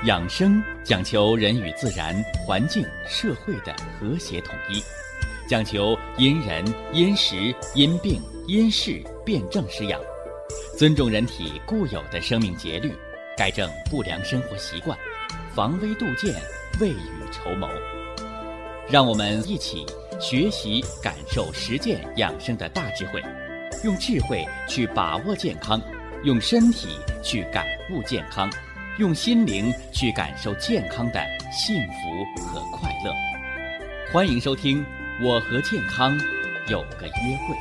养生讲求人与自然、环境、社会的和谐统一，讲求因人、因时、因病、因事辩证施养，尊重人体固有的生命节律，改正不良生活习惯，防微杜渐，未雨绸缪。让我们一起学习、感受、实践养生的大智慧，用智慧去把握健康，用身体去感悟健康，用心灵去感受健康的幸福和快乐。欢迎收听《我和健康有个约会》。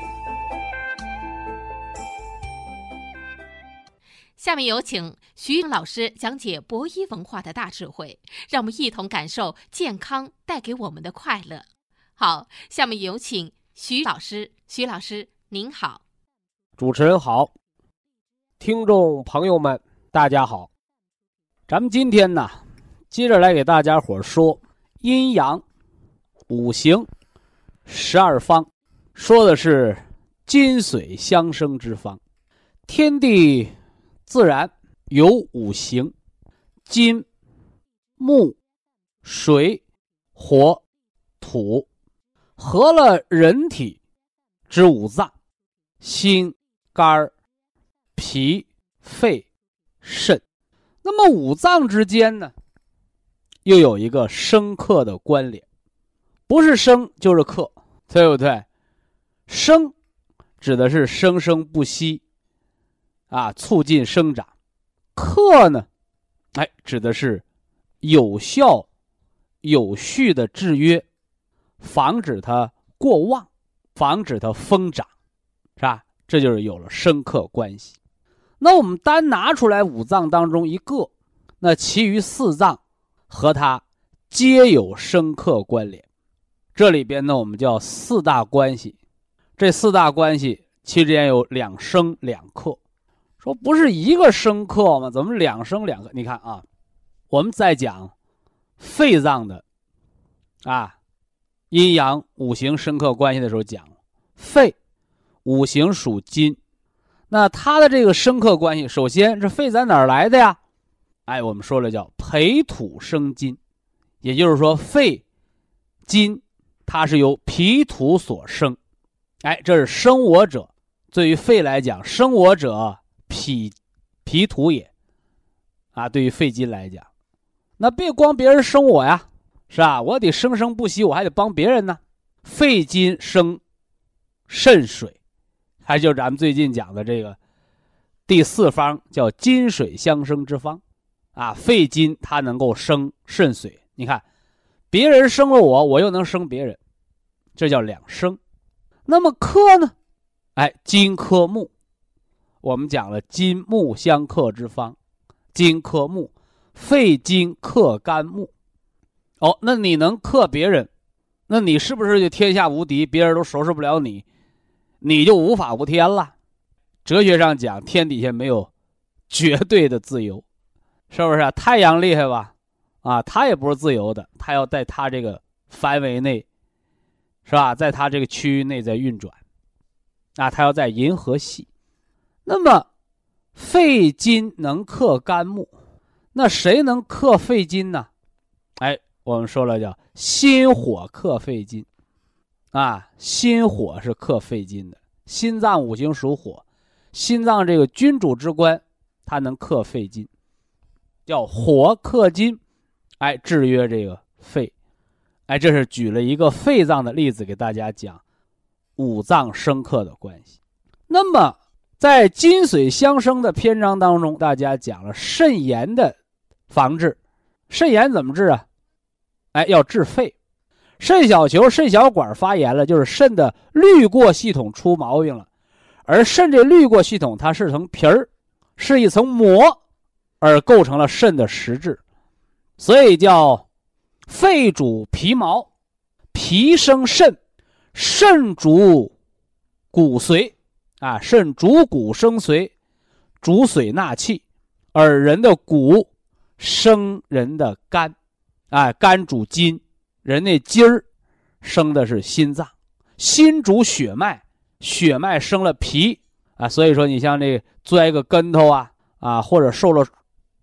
下面有请徐老师讲解博医文化的大智慧，让我们一同感受健康带给我们的快乐。好，下面有请徐老师。徐老师您好。 主持人好，听众朋友们大家好。咱们今天呢，接着来给大家伙说阴阳、五行、12方，说的是金水相生之方。天地自然有五行：金、木、水、火、土，合了人体之五脏：心、肝、脾、肺、肾。那么五脏之间呢，又有一个生克的关联，不是生就是克，对不对？生指的是生生不息促进生长；克呢，指的是有效有序的制约，防止它过旺，防止它疯长，是吧？这就是有了生克关系。那我们单拿出来五脏当中一个，那其余四脏和它皆有生克关联。这里边呢，我们叫四大关系。这四大关系其间有两生两克。说不是一个生克吗？怎么两生两克？你看啊，我们在讲肺脏的阴阳五行生克关系的时候讲，肺五行属金，那它的这个生克关系，首先这肺在哪儿来的呀？我们说了叫培土生金，也就是说肺金它是由脾土所生，这是生我者。对于肺来讲，生我者脾土也对于肺金来讲，那别光别人生我呀，是吧？我得生生不息，我还得帮别人呢。肺金生肾水，还就是咱们最近讲的这个第四方，叫金水相生之方肺金它能够生肾水。你看别人生了我，我又能生别人，这叫两生。那么克呢？金克木，我们讲了金木相克之方，金克木，肺金克肝木。那你能克别人，那你是不是就天下无敌，别人都收拾不了你，你就无法无天了？哲学上讲，天底下没有绝对的自由，是不是太阳厉害吧？它也不是自由的，它要在它这个范围内，是吧？在它这个区域内在运转它要在银河系。那么肺金能克肝木，那谁能克肺金呢？我们说了叫心火克肺金心火是克肺金的。心脏五行属火，心脏这个君主之官它能克肺金，叫火克金制约这个肺。这是举了一个肺脏的例子给大家讲五脏生克的关系。那么在金水相生的篇章当中，大家讲了肾炎的防治。肾炎怎么治啊？要治肺。肾小球、肾小管发炎了，就是肾的滤过系统出毛病了。而肾这滤过系统它是层皮儿，是一层膜，而构成了肾的实质。所以叫肺主皮毛，脾生肾，肾主骨髓肾主骨生髓，主髓纳气，而人的骨生人的肝肝主筋，人那筋儿生的是心脏，心主血脉，血脉生了脾所以说你像这摔个跟头或者受了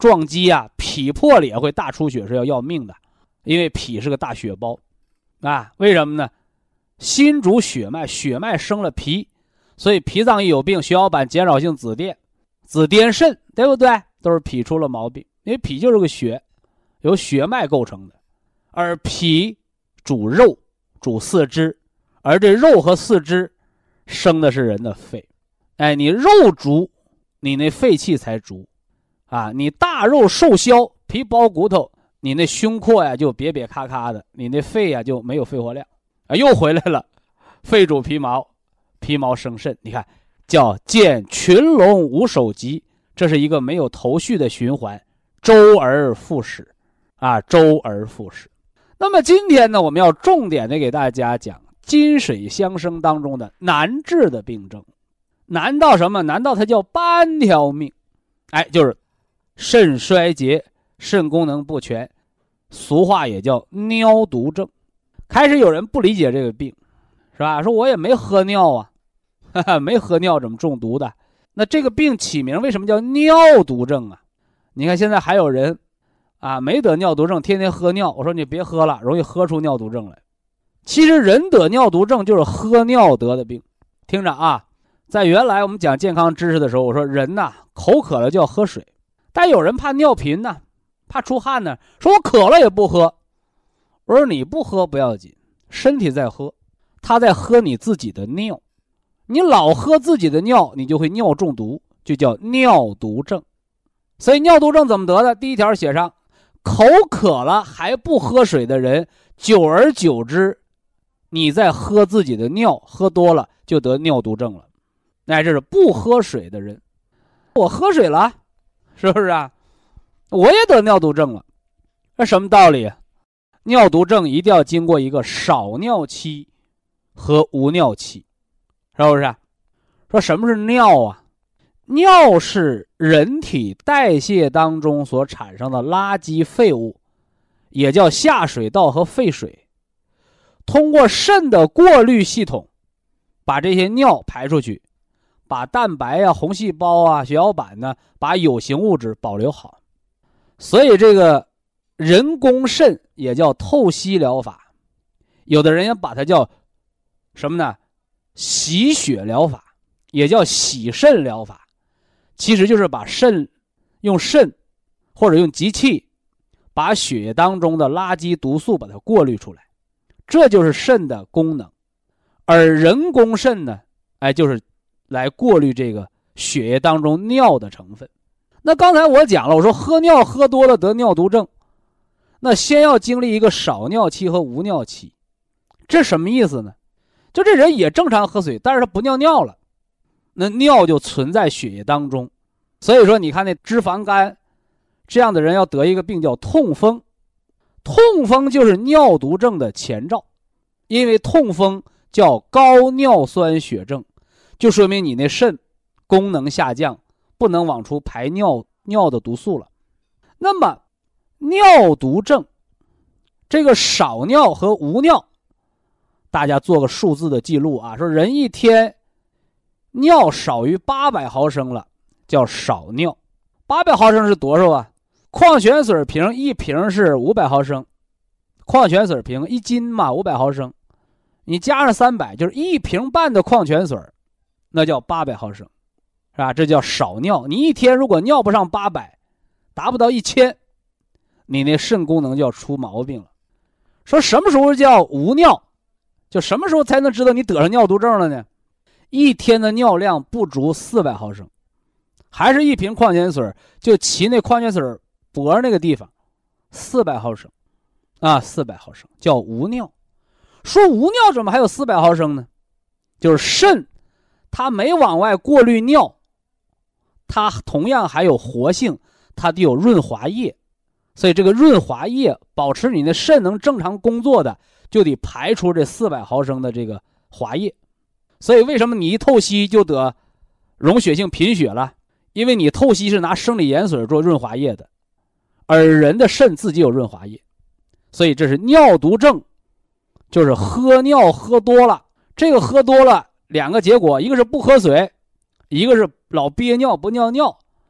撞击啊，脾破裂会大出血，是要命的，因为脾是个大血包啊。为什么呢？心主血脉，血脉生了脾，所以脾脏一有病，血小板减少性紫癜，紫癜肾，对不对？都是脾出了毛病，因为脾就是个血，由血脉构成的，而脾主肉，主四肢，而这肉和四肢生的是人的肺。哎，你肉足，你那肺气才足啊！你大肉瘦削，皮包骨头，你那胸廓呀就瘪瘪咔咔的，你那肺呀就没有肺活量啊！又回来了，肺主皮毛，皮毛生肾，你看叫见群龙无首级，这是一个没有头绪的循环，周而复始啊，周而复始。那么今天呢，我们要重点的给大家讲金水相生当中的难治的病症。难道什么？难道它叫半条命？哎，就是肾衰竭，肾功能不全，俗话也叫尿毒症。开始有人不理解这个病，是吧？说我也没喝尿啊，哈哈，没喝尿怎么中毒的？那这个病起名为什么叫尿毒症啊？你看现在还有人啊没得尿毒症，天天喝尿。我说你别喝了，容易喝出尿毒症来。其实人得尿毒症就是喝尿得的病。听着啊，在原来我们讲健康知识的时候，我说人呐口渴了就要喝水，但有人怕尿频呢，怕出汗呢，说我渴了也不喝。我说你不喝不要紧，身体在喝，他在喝你自己的尿。你老喝自己的尿，你就会尿中毒，就叫尿毒症。所以尿毒症怎么得的？第一条写上，口渴了还不喝水的人，久而久之，你在喝自己的尿，喝多了就得尿毒症了。那这是不喝水的人，我喝水了，是不是啊？我也得尿毒症了。那什么道理？尿毒症一定要经过一个少尿期和无尿期，是不是？说什么是尿啊？尿是人体代谢当中所产生的垃圾废物，也叫下水道和废水，通过肾的过滤系统把这些尿排出去，把蛋白啊、红细胞啊、血小板呢，把有形物质保留好。所以这个人工肾也叫透析疗法，有的人也把它叫什么呢？洗血疗法，也叫洗肾疗法。其实就是把肾用肾或者用机器把血液当中的垃圾毒素把它过滤出来，这就是肾的功能。而人工肾呢，哎，就是来过滤这个血液当中尿的成分。那刚才我讲了，我说喝尿喝多了得尿毒症，那先要经历一个少尿期和无尿期。这什么意思呢？就这人也正常喝水，但是他不尿尿了，那尿就存在血液当中。所以说你看那脂肪肝这样的人要得一个病叫痛风，痛风就是尿毒症的前兆。因为痛风叫高尿酸血症，就说明你那肾功能下降，不能往出排尿的毒素了。那么尿毒症这个少尿和无尿，大家做个数字的记录啊，说人一天尿少于800毫升了叫少尿。800毫升是多少啊？矿泉水瓶一瓶是500毫升，矿泉水瓶1斤嘛500毫升，你加上300就是1瓶半的矿泉水，那叫800毫升，是吧？这叫少尿。你一天如果尿不上800，达不到1000，你那肾功能就要出毛病了。说什么时候叫无尿？就什么时候才能知道你得上尿毒症了呢？一天的尿量不足400毫升，还是一瓶矿泉水，就骑那矿泉水脖那个地方，400毫升啊，400毫升叫无尿。说无尿怎么还有400毫升呢？就是肾它没往外过滤尿，它同样还有活性，它得有润滑液。所以这个润滑液保持你的肾能正常工作的，就得排出这400毫升的这个滑液。所以为什么你一透析就得溶血性贫血了？因为你透析是拿生理盐水做润滑液的，而人的肾自己有润滑液。所以这是尿毒症，就是喝尿喝多了。这个喝多了2个结果，一个是不喝水，一个是老憋尿不尿尿。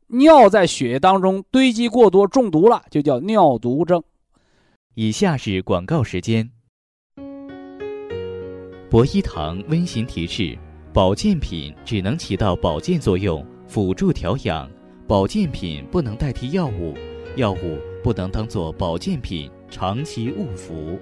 尿在血液当中堆积过多，中毒了，就叫尿毒症。 以下是广告时间。博一堂温馨提示：保健品只能起到保健作用，辅助调养，保健品不能代替药物，药物不能当作保健品长期误服。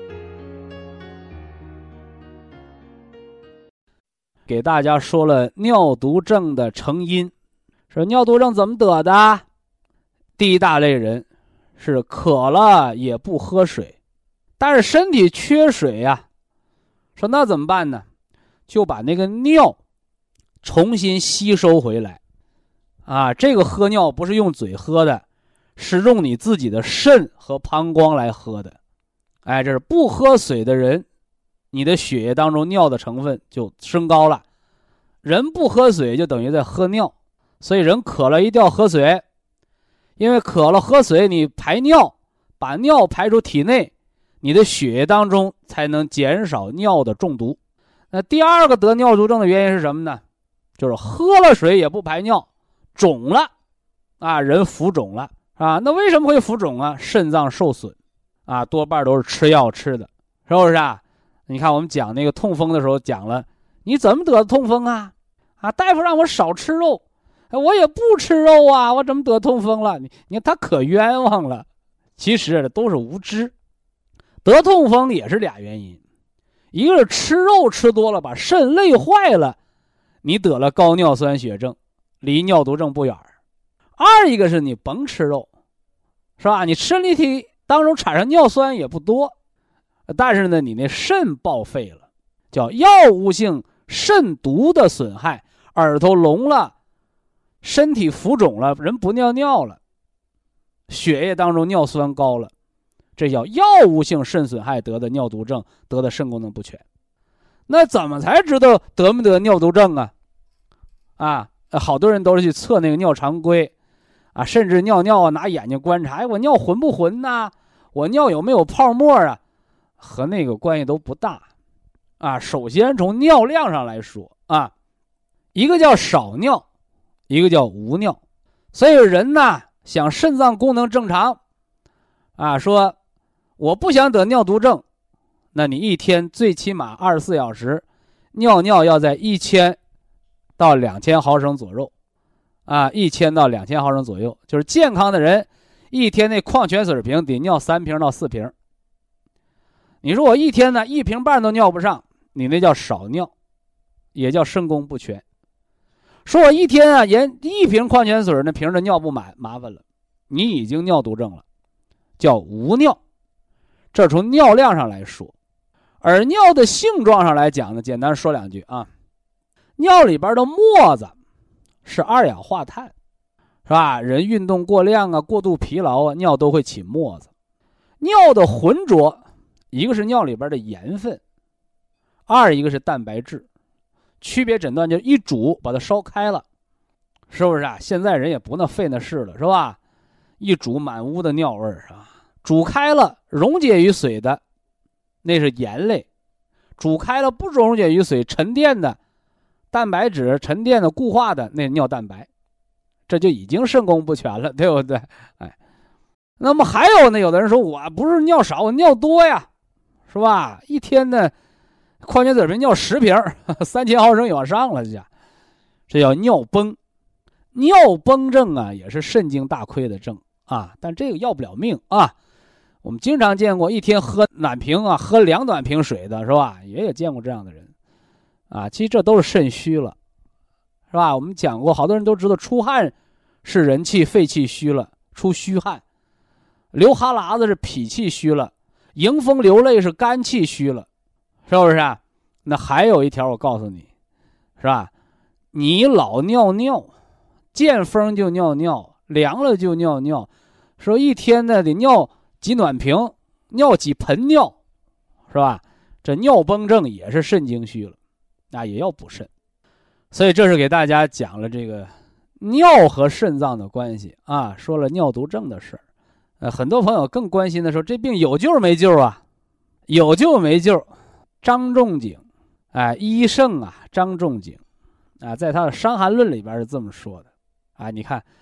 给大家说了尿毒症的成因，说尿毒症怎么得的？第一大类人是渴了也不喝水，但是身体缺水呀，说那怎么办呢？就把那个尿重新吸收回来啊！这个喝尿不是用嘴喝的，是用你自己的肾和膀胱来喝的。哎，这是不喝水的人，你的血液当中尿的成分就升高了。人不喝水就等于在喝尿，所以人渴了一定要喝水，因为渴了喝水，你排尿，把尿排出体内，你的血液当中才能减少尿的中毒。那第二个得尿毒症的原因是什么呢？就是喝了水也不排尿，肿了啊，人浮肿了啊。那为什么会浮肿啊？肾脏受损啊，多半都是吃药吃的，是不是啊？你看我们讲那个痛风的时候讲了，你怎么得的痛风啊？啊，大夫让我少吃肉，我也不吃肉啊，我怎么得痛风了？你看他可冤枉了。其实都是无知。得痛风也是俩原因，一个是吃肉吃多了把肾累坏了，你得了高尿酸血症，离尿毒症不远。二一个是你甭吃肉，是吧？你身体当中产生尿酸也不多，但是呢你那肾报废了，叫药物性肾毒的损害，耳朵聋了，身体浮肿了，人不尿尿了，血液当中尿酸高了，这叫药物性肾损害得的尿毒症，得的肾功能不全。那怎么才知道得没得尿毒症啊？啊，好多人都是去测那个尿常规啊，甚至尿尿啊拿眼睛观察，我尿浑不浑呐？我尿有没有泡沫啊？和那个关系都不大啊。首先从尿量上来说啊，一个叫少尿，一个叫无尿。所以人呢想肾脏功能正常啊，说我不想得尿毒症，那你一天最起码24小时尿要在1000到2000毫升左右啊，1000到2000毫升左右，就是健康的人一天那矿泉水瓶得尿3瓶到4瓶。你说我一天呢1瓶半都尿不上，你那叫少尿，也叫肾功不全。说我一天啊连1瓶矿泉水那瓶的尿不满，麻烦了，你已经尿毒症了，叫无尿。这从尿量上来说。而尿的性状上来讲呢，简单说两句啊。尿里边的沫子是二氧化碳，是吧？人运动过量啊，过度疲劳啊，尿都会起沫子。尿的浑浊，一个是尿里边的盐分，二一个是蛋白质。区别诊断就一煮把它烧开了，是不是啊？现在人也不那费那事了，是吧？一煮满屋的尿味是吧？煮开了溶解于水的那是盐类，煮开了不溶解于水沉淀的蛋白质，沉淀的固化的那尿蛋白，这就已经肾功不全了，对不对？哎，那么还有呢，有的人说我不是尿少，我尿多呀，是吧？一天呢矿泉水瓶尿10瓶，3000毫升往上了，这叫尿崩。尿崩症啊也是肾经大亏的症啊，但这个要不了命啊。我们经常见过一天喝暖瓶啊，喝2暖瓶水的，是吧？也见过这样的人啊。其实这都是肾虚了，是吧？我们讲过，好多人都知道出汗是人气肺气虚了，出虚汗；流哈喇子是脾气虚了；迎风流泪是肝气虚了，是不是啊？那还有一条我告诉你，是吧？你老尿尿，见风就尿尿，凉了就尿尿，说一天呢得尿几暖瓶，尿几盆尿，是吧？这尿崩症也是肾经虚了，那也要补肾。所以这是给大家讲了这个尿和肾脏的关系啊，说了尿毒症的事儿。很多朋友更关心的说，这病有救没救啊？有救没救？张仲景，医圣啊，张仲景啊，在他的《伤寒论》里边是这么说的啊。你看，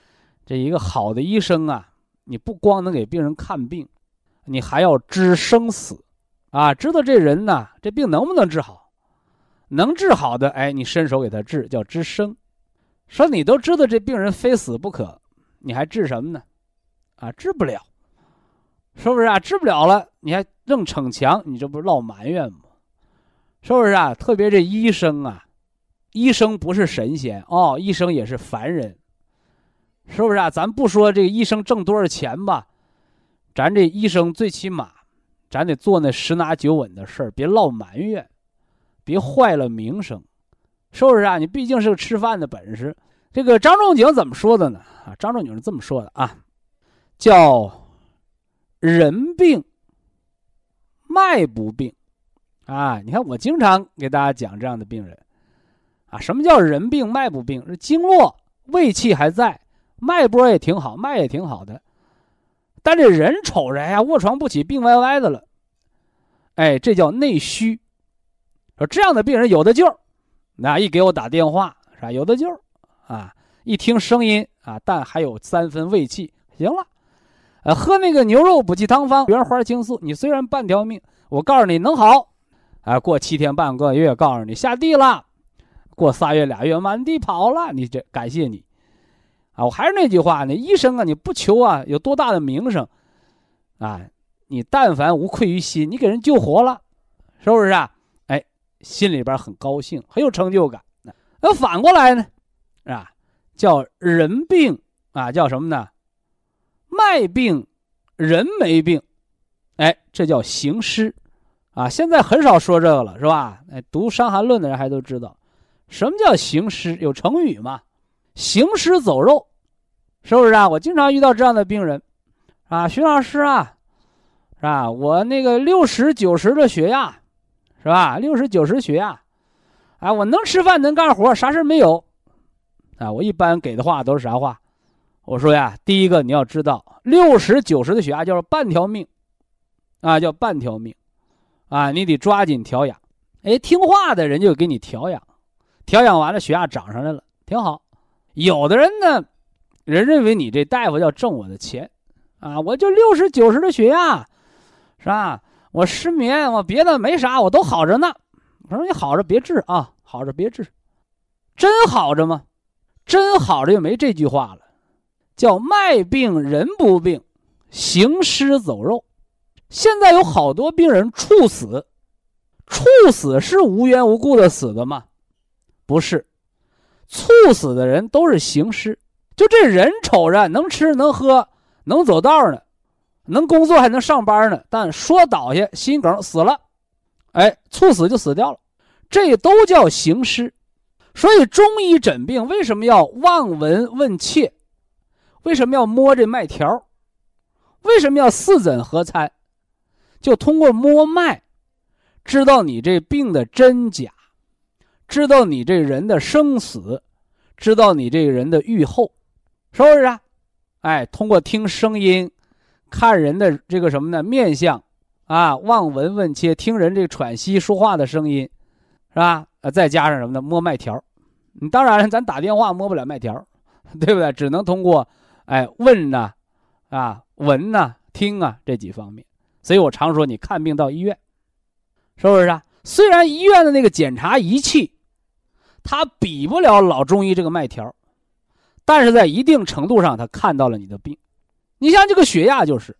这一个好的医生啊，你不光能给病人看病，你还要知生死啊，知道这人呢，这病能不能治好，能治好的，哎，你伸手给他治，叫知生。说你都知道这病人非死不可，你还治什么呢？啊，治不了，是不是啊？治不了了，你还愣逞强，你这不是落埋怨吗？是不是啊？特别这医生啊，医生不是神仙哦，医生也是凡人，是不是啊？咱不说这个医生挣多少钱吧，咱这医生最起码，咱得做那十拿九稳的事儿，别落埋怨，别坏了名声，是不是啊？你毕竟是个吃饭的本事。这个张仲景怎么说的呢？啊，张仲景是这么说的啊，叫人病脉不病啊。你看我经常给大家讲这样的病人啊，什么叫人病脉不病？是经络胃气还在，脉搏也挺好，脉也挺好的，但这人瞅着呀，卧床不起，病歪歪的了，哎，这叫内虚。说这样的病人有的救，那一给我打电话是吧？有的救啊，一听声音啊，但还有3分胃气，行了。喝那个牛肉补气汤方原花青素，你虽然半条命，我告诉你能好啊。过7天半个月，告诉你下地了，过3月2月满地跑了，你这感谢你啊。我还是那句话呢，医生啊，你不求啊有多大的名声啊，你但凡无愧于心，你给人救活了，是不是啊？哎，心里边很高兴，很有成就感。那反过来呢啊，叫人病啊，叫什么呢？脉病人没病，哎，这叫行尸啊。现在很少说这个了，是吧？哎，读《伤寒论》的人还都知道什么叫行尸，有成语嘛，行尸走肉，是不是啊？我经常遇到这样的病人啊，徐老师啊，是吧？我那个60、90的血压，是吧？60、90血压，啊，我能吃饭能干活，啥事没有啊。我一般给的话都是啥话？我说呀，第一个你要知道，60、90的血压叫半条命，啊，叫半条命，啊，你得抓紧调养。哎，听话的人就给你调养，调养完了血压涨上来了，挺好。有的人呢，人认为你这大夫要挣我的钱，啊，我就60、90的血压，是吧？我失眠，我别的没啥，我都好着呢。我说你好着别治啊，好着别治，真好着吗？真好着就没这句话了。叫脉病人不病，行尸走肉。现在有好多病人猝死，猝死是无缘无故的死的吗？不是，猝死的人都是行尸。就这人瞅着能吃能喝能走道呢，能工作还能上班呢，但说倒下心梗死了，哎，猝死就死掉了，这都叫行尸。所以中医诊病为什么要望闻问切？为什么要摸这脉条？为什么要四诊合参？就通过摸脉，知道你这病的真假，知道你这人的生死，知道你这个人的预后，是不是啊？哎，通过听声音，看人的这个什么呢？面相啊，望闻问切，听人这个喘息说话的声音，是吧？再加上什么呢？摸脉条。你当然咱打电话摸不了脉条，对不对？只能通过哎问呐，啊闻呐，听啊这几方面。所以我常说，你看病到医院，是不是啊？虽然医院的那个检查仪器，它比不了老中医这个脉条，但是在一定程度上，它看到了你的病。你像这个血压就是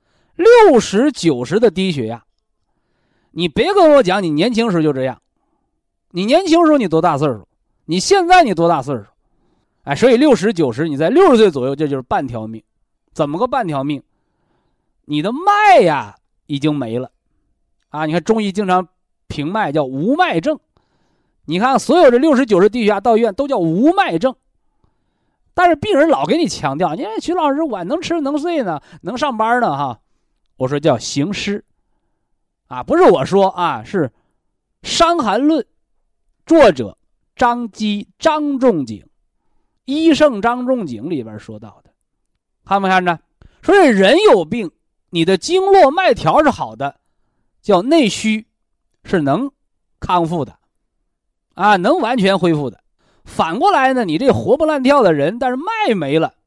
60、90的低血压，你别跟我讲你年轻时候就这样，你年轻时候你多大岁数？你现在你多大岁数？哎，所以60、90，你在60岁左右，这就是半条命。怎么个半条命？你的脉呀已经没了啊！你看中医经常评脉叫无脉症，你看所有这60、90低血压到医院都叫无脉症，但是病人老给你强调，你看徐老师我能吃能睡呢，能上班呢哈。我说叫行尸啊，不是我说啊，是《伤寒论》作者张基、张仲景，医圣张仲景里边说到的，看没看着？说这人有病，你的经络脉条是好的，叫内虚，是能康复的啊，能完全恢复的。反过来呢，你这活蹦乱跳的人，但是脉没了，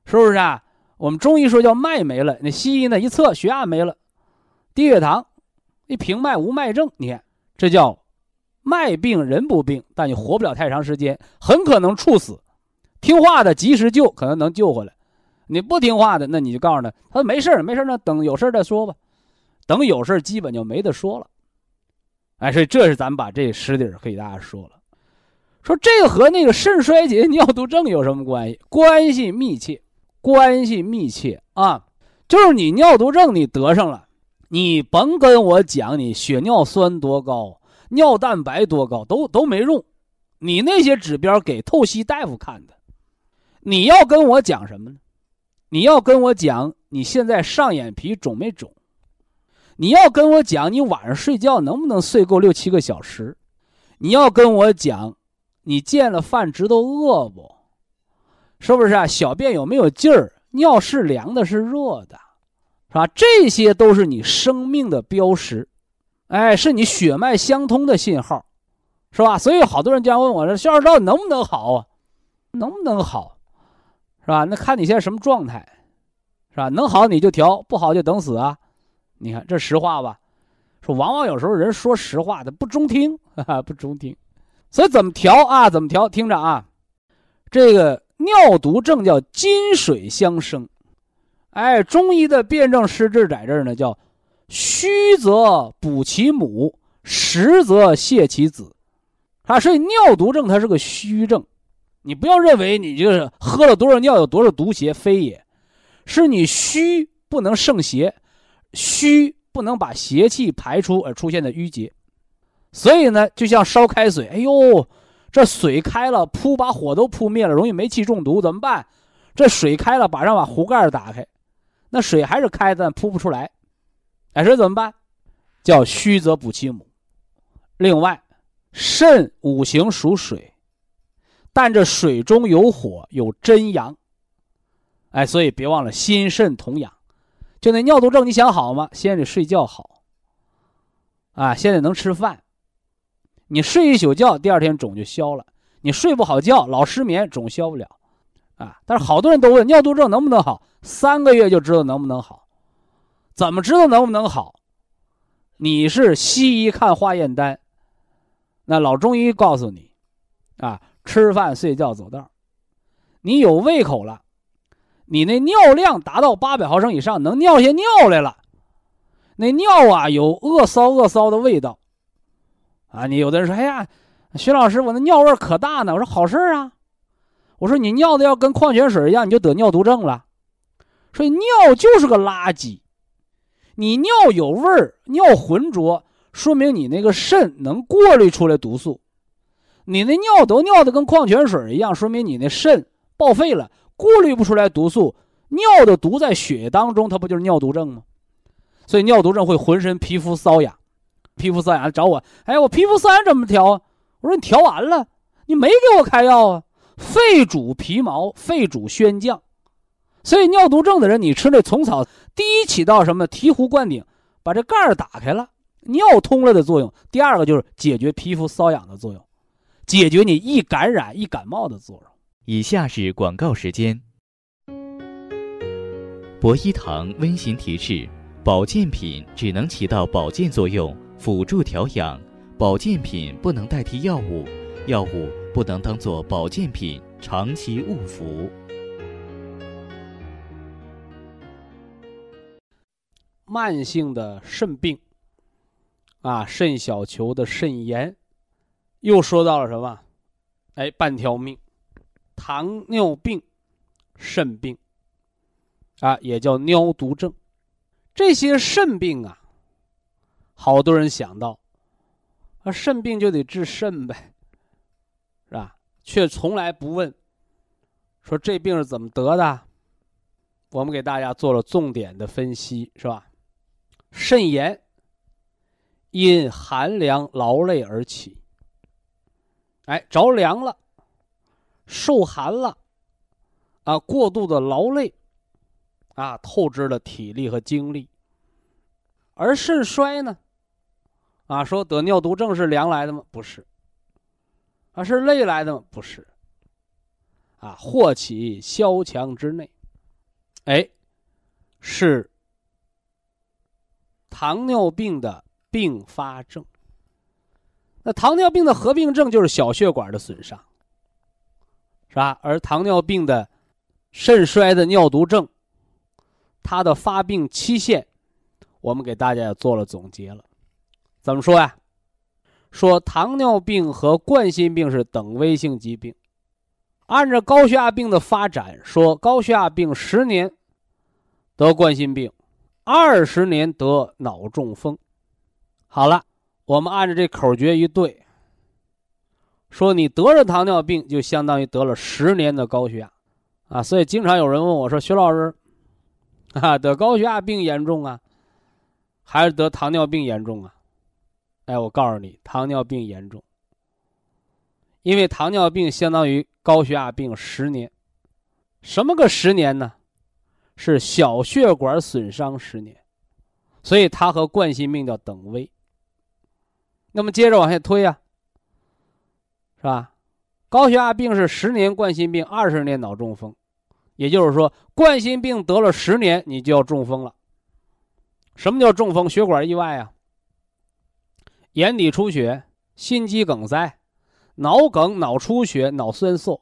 是不是啊？我们中医说叫脉没了，那西医呢一测血压没了，低血糖，一平脉无脉症，你看这叫脉病人不病，但你活不了太长时间，很可能猝死。听话的及时救，可能能救回来；你不听话的，那你就告诉他，他说没事没事，那等有事再说吧。等有事基本就没得说了。哎，所以这是咱们把这实底给大家说了。说这个和那个肾衰竭、尿毒症有什么关系？关系密切，关系密切啊！就是你尿毒症你得上了，你甭跟我讲你血尿酸多高、尿蛋白多高，都没用。你那些指标给透析大夫看的。你要跟我讲什么呢？你要跟我讲你现在上眼皮肿没肿？你要跟我讲你晚上睡觉能不能睡够6、7个小时？你要跟我讲你见了饭知道饿不？是不是啊？小便有没有劲儿？尿是凉的是热的，是吧？这些都是你生命的标识，哎，是你血脉相通的信号，是吧？所以好多人经常问我说：“肖老师到底能不能好啊？能不能好？是吧？那看你现在什么状态，是吧？能好你就调，不好就等死啊！你看这实话吧。说往往有时候人说实话的不中听，不中听。所以怎么调啊？怎么调？听着啊，这个尿毒症叫金水相生，哎，中医的辩证施治在这儿呢，叫虚则补其母，实则泻其子。啊，所以尿毒症它是个虚症。你不要认为你就是喝了多少尿有多少毒邪，非也，是你虚不能胜邪，虚不能把邪气排出而出现的淤结。所以呢，就像烧开水，哎呦，这水开了，把火都扑灭了，容易煤气中毒，怎么办？这水开了，马上把壶盖打开，那水还是开的，但扑不出来，哎，这怎么办？叫虚则补其母。另外，肾五行属水，但这水中有火，有真阳，哎，所以别忘了心肾同养。就那尿毒症，你想好吗？先得睡觉好，啊，现在能吃饭。你睡一宿觉，第二天肿就消了。你睡不好觉，老失眠，肿消不了，啊。但是好多人都问尿毒症能不能好，3个月就知道能不能好。怎么知道能不能好？你是西医看化验单，那老中医告诉你，啊，吃饭睡觉走道。你有胃口了，你那尿量达到800毫升以上，能尿下尿来了，那尿啊有恶骚的味道，啊，你有的人说，哎呀，徐老师，我那尿味可大呢。我说好事啊，我说你尿的要跟矿泉水一样，你就得尿毒症了。所以尿就是个垃圾，你尿有味儿，尿浑浊，说明你那个肾能过滤出来毒素。你那尿都尿的跟矿泉水一样，说明你那肾报废了，过滤不出来毒素。尿的毒在血液当中，它不就是尿毒症吗？所以尿毒症会浑身皮肤瘙痒，皮肤瘙痒找我，哎，我皮肤瘙痒怎么调啊？我说你调完了，你没给我开药啊。肺主皮毛，肺主宣降，所以尿毒症的人，你吃那虫草，第一起到什么？醍醐灌顶，把这盖儿打开了，尿通了的作用。第二个就是解决皮肤瘙痒的作用，解决你易感染、易感冒的作用。 以下是广告时间。博一堂温馨提示：保健品只能起到保健作用，辅助调养，保健品不能代替药物，药物不能当作保健品长期误服。 慢性的肾病啊，肾小球的肾炎，又说到了什么？哎，半条命，糖尿病、肾病啊，也叫尿毒症。这些肾病啊，好多人想到啊，肾病就得治肾呗，是吧？却从来不问说这病是怎么得的。我们给大家做了重点的分析，是吧？肾炎因寒凉劳累而起，哎，着凉了，受寒了，啊，过度的劳累，啊，透支了体力和精力。而肾衰呢，啊，说得尿毒症是凉来的吗？不是。啊，是累来的吗？不是。啊，祸起萧墙之内。 是糖尿病的并发症。那糖尿病的合并症就是小血管的损伤，是吧？而糖尿病的肾衰的尿毒症，它的发病期限，我们给大家也做了总结了。怎么说呀？说糖尿病和冠心病是等危性疾病。按照高血压病的发展，说高血压病10年得冠心病，20年得脑中风。好了，我们按照这口诀一对，说你得了糖尿病就相当于得了10年的高血压啊。所以经常有人问我说，徐老师得高血压病严重啊，还是得糖尿病严重啊？我告诉你，糖尿病严重，因为糖尿病相当于高血压病10年。什么个10年呢？是小血管损伤10年，所以它和冠心病叫等危。那么接着往下推啊，是吧？高血压病是10年冠心病，20年脑中风，也就是说，冠心病得了10年，你就要中风了。什么叫中风？血管意外啊，眼底出血、心肌梗塞、脑梗、脑出血、脑栓塞。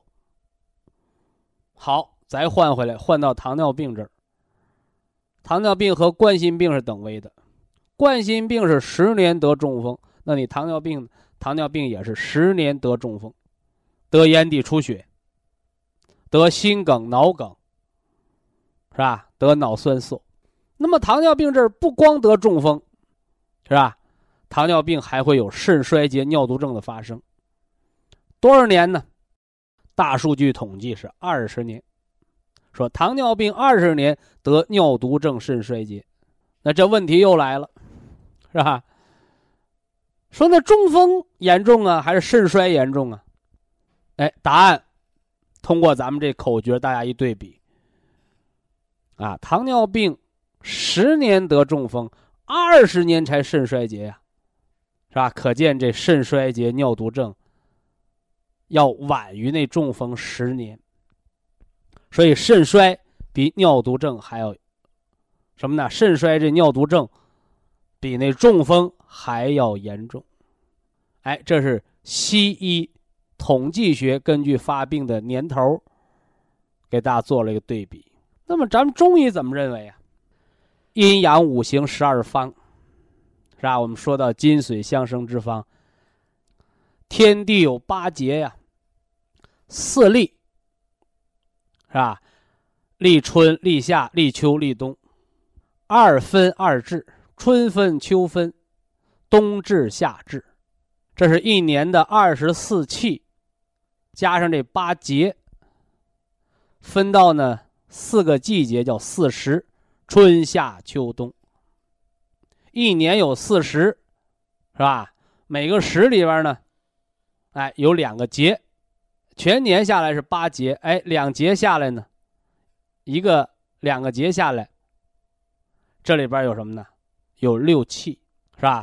好，再换回来，换到糖尿病这儿。糖尿病和冠心病是等危的，冠心病是10年得中风，那你糖尿病也是10年得中风，得眼底出血，得心梗、脑梗，是吧？得脑栓塞。那么糖尿病这儿不光得中风，是吧？糖尿病还会有肾衰竭、尿毒症的发生。多少年呢？大数据统计是20年。说糖尿病20年得尿毒症肾衰竭，那这问题又来了，是吧？说那中风严重啊，还是肾衰严重啊？答案通过咱们这口诀，大家一对比啊，糖尿病10年得中风，20年才肾衰竭呀，是吧？可见这肾衰竭、尿毒症要晚于那中风10年。所以肾衰比尿毒症还要什么呢？肾衰这尿毒症比那中风还要严重。这是西医统计学根据发病的年头给大家做了一个对比。那么咱们中医怎么认为啊？阴阳五行12方，是吧？我们说到金水相生之方，天地有8节呀，4立，是吧？立春、立夏、立秋、立冬，2分2至，春分、秋分，冬至、夏至，这是一年的24气，加上这8节，分到呢4个季节，叫4时，春夏秋冬。一年有4时，是吧？每个时里边呢，有2个节。全年下来是8节，2节下来呢，2个节下来，这里边有什么呢？有6气，是吧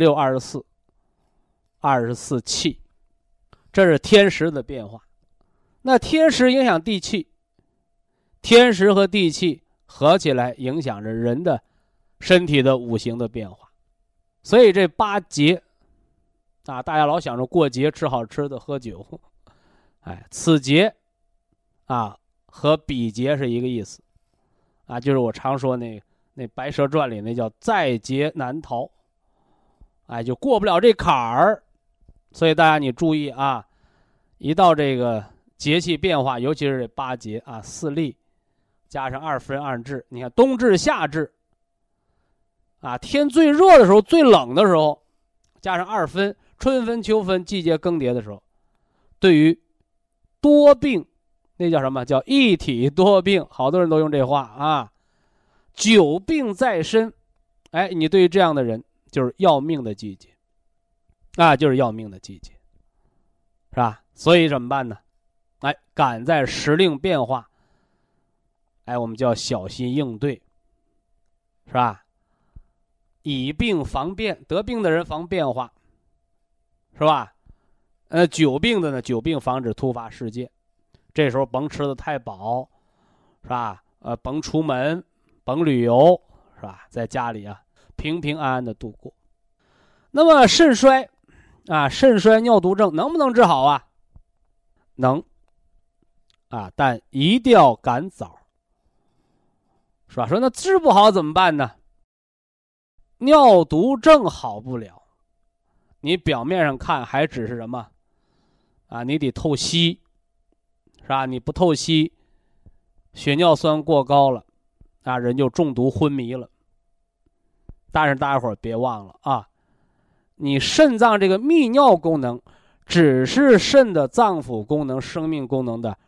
？4、6、24气，这是天时的变化。那天时影响地气，天时和地气合起来影响着人的身体的五行的变化。所以这8节大家老想着过节吃好吃的喝酒，此节和彼节是一个意思就是我常说那白蛇传里那叫在劫难逃，就过不了这坎儿。所以大家你注意一到这个节气变化，尤其是这8节4立加上2分2至，你看冬至夏至天最热的时候最冷的时候，加上2分春分秋分季节更迭的时候，对于多病，那叫什么？叫一体多病，好多人都用这话久病在身，你对于这样的人就是要命的季节就是要命的季节，是吧？所以怎么办呢？赶在时令变化，我们叫小心应对，是吧？以病防变，得病的人防变化，是吧？久病的呢，久病防止突发事件，这时候甭吃的太饱，是吧？ 甭出门，甭旅游，是吧？在家里啊，平平安安的度过。那么肾衰啊，肾衰尿毒症能不能治好啊？能啊，但一定要赶早，是吧？说那治不好怎么办呢？尿毒症好不了，你表面上看还只是什么啊？你得透析，是吧？你不透析，血尿酸过高了，啊，人就中毒昏迷了。但是大家伙儿别忘了啊，你肾脏这个泌尿功能只是肾的脏腑功能、生命功能的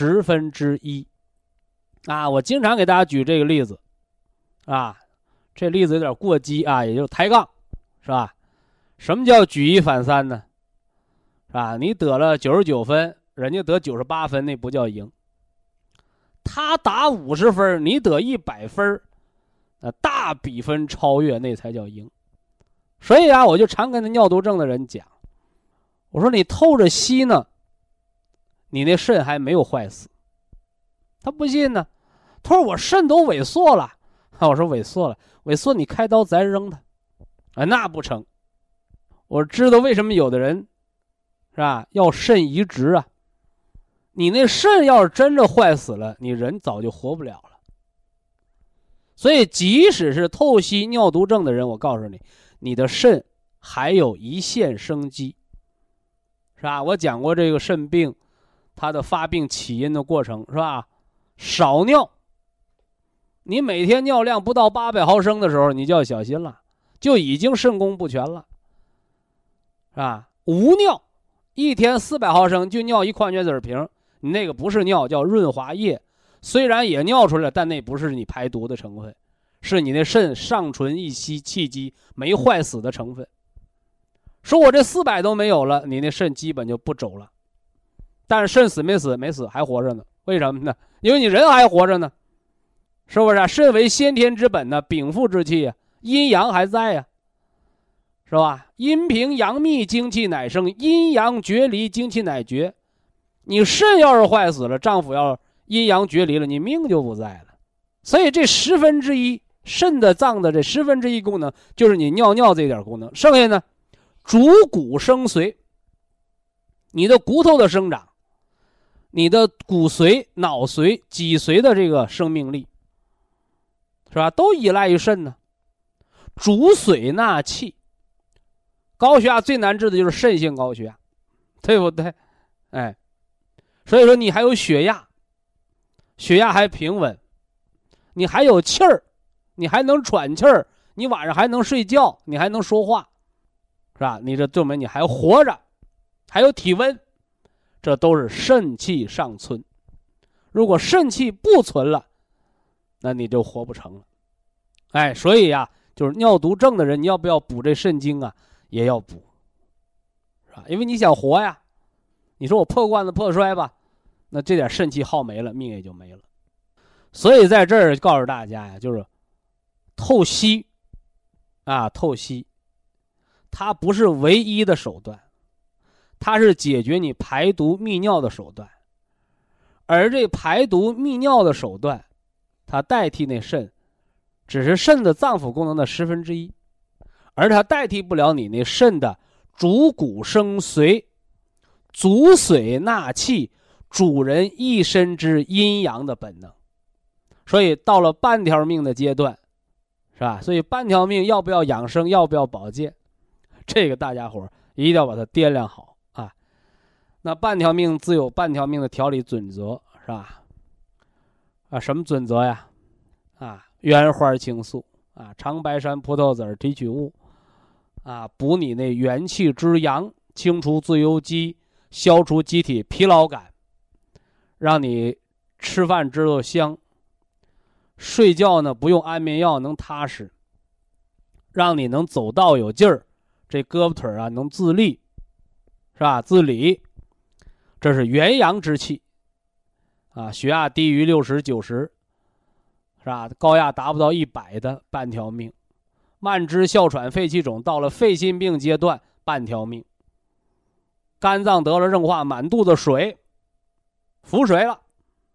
1/10啊。我经常给大家举这个例子啊，这例子有点过激啊，也就是抬杠，是吧？什么叫举一反三呢？是吧？你得了99分，人家得98分，那不叫赢。他打50分，你得100分，大比分超越，那才叫赢。所以啊，我就常跟那尿毒症的人讲，我说你透着吸呢，你那肾还没有坏死。他不信呢，他说我肾都萎缩了。我说萎缩了，萎缩你开刀咱扔它，那不成。我知道为什么有的人是吧要肾移植啊，你那肾要是真的坏死了，你人早就活不了了。所以即使是透析尿毒症的人，我告诉你，你的肾还有一线生机，是吧？我讲过这个肾病它的发病起因的过程，是吧？少尿，你每天尿量不到800毫升的时候，你就要小心了，就已经肾功不全了，是吧？无尿，一天400毫升就尿1矿泉水瓶，你那个不是尿，叫润滑液，虽然也尿出来，但那不是你排毒的成分，是你那肾上存一息气机没坏死的成分。说我这400都没有了，你那肾基本就不走了。但是肾死没死？没死，还活着呢。为什么呢？因为你人还活着呢，是不是啊？肾为先天之本呢，禀赋之气啊，阴阳还在呀，是吧？阴平阳密，精气乃生；阴阳决离，精气乃绝。你肾要是坏死了，脏腑要阴阳决离了，你命就不在了。所以这1/10肾的脏的这1/10功能，就是你尿尿这点功能。剩下呢，主骨生髓，你的骨头的生长，你的骨髓、脑髓、脊髓的这个生命力，是吧？都依赖于肾呢。主髓纳气，高血压最难治的就是肾性高血压，对不对？哎，所以说你还有血压，血压还平稳，你还有气儿，你还能喘气儿，你晚上还能睡觉，你还能说话，是吧？你这证明你还活着，还有体温，这都是肾气尚存。如果肾气不存了，那你就活不成了。哎，所以呀，就是尿毒症的人，你要不要补这肾精啊？也要补，是吧？因为你想活呀。你说我破罐子破摔吧，那这点肾气耗没了，命也就没了。所以在这儿告诉大家呀，就是透析啊，透析，它不是唯一的手段，它是解决你排毒泌尿的手段。而这排毒泌尿的手段，它代替那肾，只是肾的脏腑功能的1/10，而它代替不了你那肾的主骨生髓、主髓纳气、主人一身之阴阳的本能。所以到了半条命的阶段，是吧？所以半条命要不要养生，要不要保健，这个大家伙一定要把它掂量好啊。那半条命自有半条命的调理准则，是吧？啊，什么准则呀？啊，原花青素啊，长白山葡萄籽提取物啊，补你那元气之阳，清除自由基，消除机体疲劳感，让你吃饭知道香，睡觉呢不用安眠药能踏实，让你能走道有劲儿，这胳膊腿啊能自立，是吧？自理，这是元阳之气啊。血压低于60、90，是吧？高压达不到100的半条命，慢支、哮喘、肺气肿到了肺心病阶段半条命，肝脏得了硬化，满肚子水，腹水了，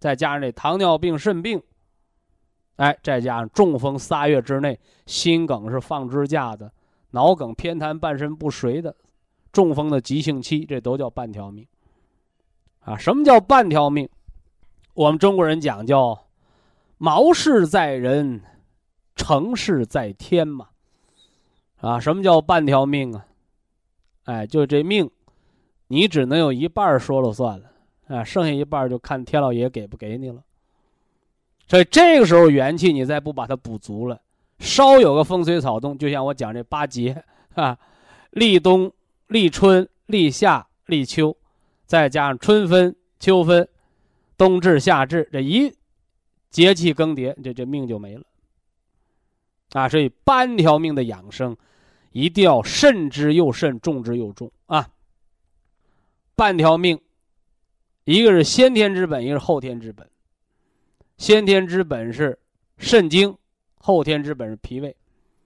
再加上这糖尿病、肾病，再加上中风3月之内，心梗是放支架的，脑梗偏瘫半身不遂的，中风的急性期，这都叫半条命。什么叫半条命？我们中国人讲叫毛事在人，成事在天嘛。什么叫半条命啊？就这命，你只能有一半说了算了，剩下一半就看天老爷给不给你了。所以这个时候元气你再不把它补足了，稍有个风吹草动，就像我讲这8节立冬、立春、立夏、立秋，再加上春分、秋分、冬至、夏至，这一节气更迭，这命就没了所以半条命的养生一定要慎之又慎，重之又重半条命，一个是先天之本，一个是后天之本。先天之本是肾经，后天之本是脾胃。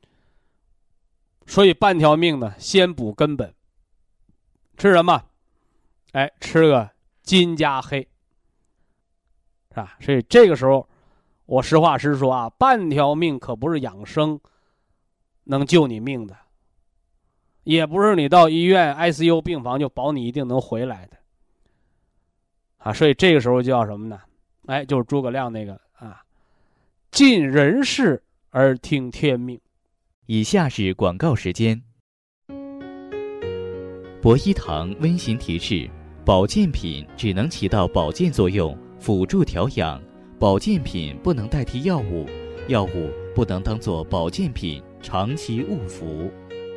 所以半条命呢，先补根本。吃什么？吃个金加黑，是吧？所以这个时候，我实话实说半条命可不是养生能救你命的，也不是你到医院 ICU 病房就保你一定能回来的所以这个时候就要什么呢？就是诸葛亮那个尽人事而听天命。 以下是广告时间。博一堂温馨提示：保健品只能起到保健作用，辅助调养，保健品不能代替药物，药物不能当作保健品长期误服。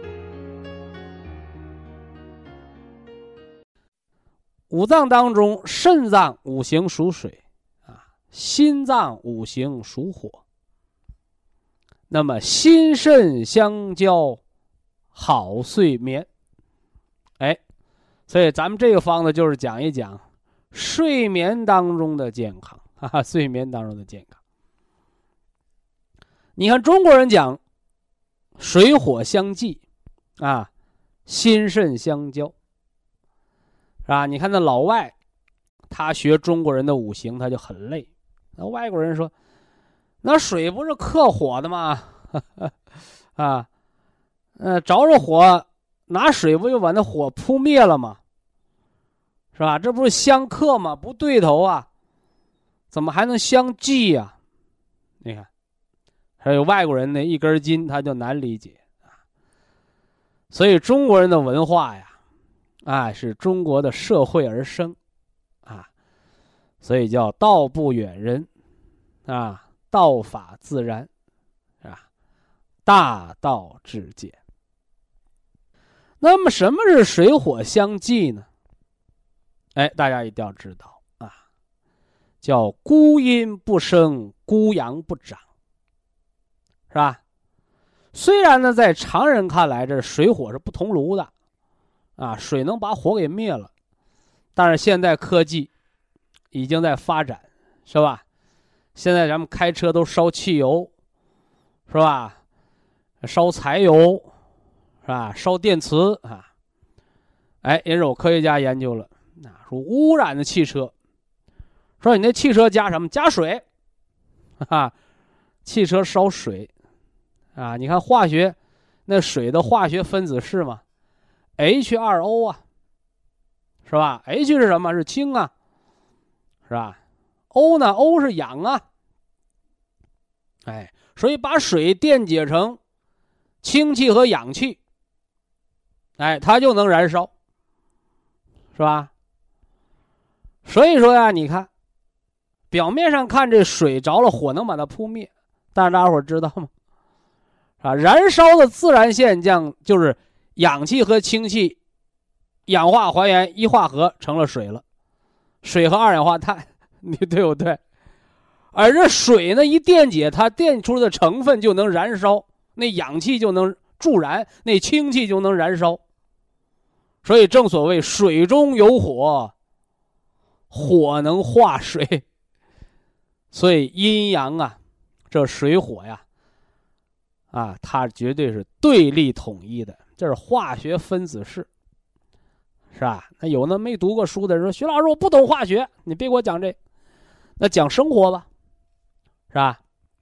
五脏当中，肾脏五行属水心脏五行属火。那么心肾相交，好睡眠。所以咱们这个方子就是讲一讲睡眠当中的健康睡眠当中的健康。你看中国人讲水火相济心肾相交，是吧？你看那老外，他学中国人的五行，他就很累。那外国人说，那水不是克火的吗？着着火，拿水不就把那火扑灭了吗？是吧？这不是相克吗？不对头怎么还能相济你看，还有外国人那一根筋，他就难理解所以中国人的文化是中国的社会而生所以叫道不远人道法自然大道至简。那么什么是水火相济呢？大家一定要知道叫孤阴不生，孤阳不长，是吧？虽然呢在常人看来这水火是不同炉的水能把火给灭了，但是现代科技已经在发展，是吧？现在咱们开车都烧汽油，是吧？烧柴油，是吧？烧电池也有科学家研究了说污染的汽车，说你那汽车加什么？加水汽车烧水你看化学那水的化学分子式嘛，H2O 是吧？ H 是什么？是氢是吧？ O 呢？ O 是氧所以把水电解成氢气和氧气它就能燃烧，是吧？所以说你看表面上看这水着了火能把它扑灭，但是大家伙知道吗？燃烧的自然现象就是氧气和氢气氧化还原一化合成了水了，水和二氧化碳，你对不对？而这水呢一电解，它电出的成分就能燃烧，那氧气就能助燃，那氢气就能燃烧。所以正所谓水中有火，火能化水。所以阴阳这水火它绝对是对立统一的，这是化学分子式，是吧？那有那没读过书的人说，徐老师我不懂化学，你别给我讲这。 那讲生活吧，是吧？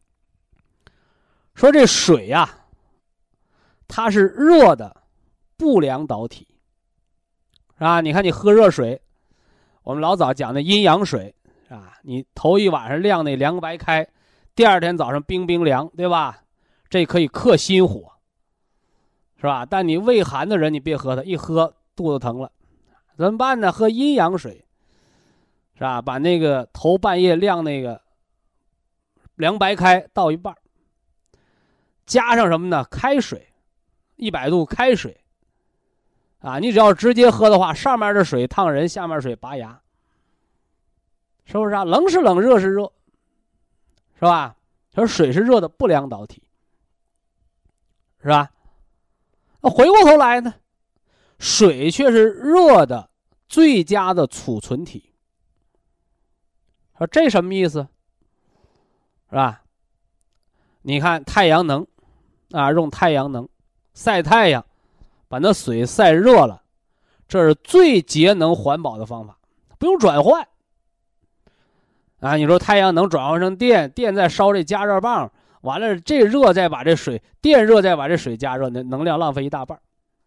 说这水呀，它是热的不良导体，是吧？你看你喝热水，我们老早讲的阴阳水，是吧？你头一晚上晾那凉白开，第二天早上冰冰凉，对吧？这可以克心火，是吧？但你胃寒的人，你别喝它，一喝肚子疼了，怎么办呢？喝阴阳水，是吧？把那个头半夜晾那个凉白开倒一半，加上什么呢？开水，100度开水，啊，你只要直接喝的话，上面的水烫人，下面水拔牙，是不是啊？冷是冷，热是热，是吧？说水是热的不良导体，是吧？那回过头来呢，水却是热的最佳的储存体。说这什么意思？是吧？你看太阳能啊，用太阳能晒太阳，把那水晒热了，这是最节能环保的方法，不用转换啊。你说太阳能转换成电，电再烧这加热棒，完了这热再把这水，电热再把这水加热，那能量浪费一大半，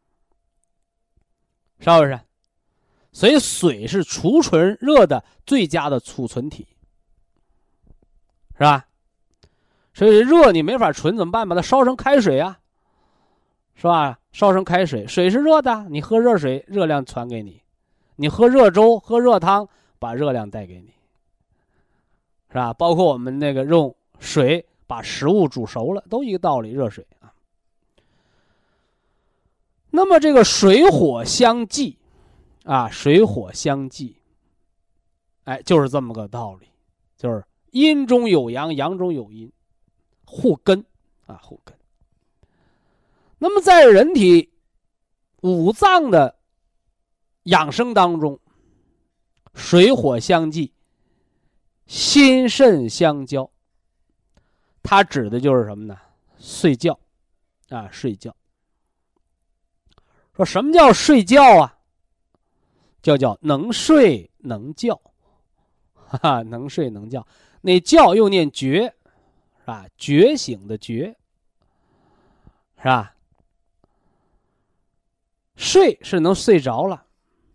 是不是？所以水是储存热的最佳的储存体，是吧？所以热你没法存怎么办？把它烧成开水啊，是吧？烧成开水，水是热的，你喝热水，热量传给你；你喝热粥、喝热汤，把热量带给你，是吧？包括我们那个用水把食物煮熟了，都一个道理，热水啊。那么这个水火相济啊，水火相济，哎，就是这么个道理，就是阴中有阳，阳中有阴，互根啊，互根。那么在人体五脏的养生当中，水火相济，心肾相交，它指的就是什么呢？睡觉啊，睡觉。说什么叫睡觉啊？叫能睡能觉，哈哈，能睡能觉。那觉又念觉，是吧？觉醒的觉，是吧？睡是能睡着了，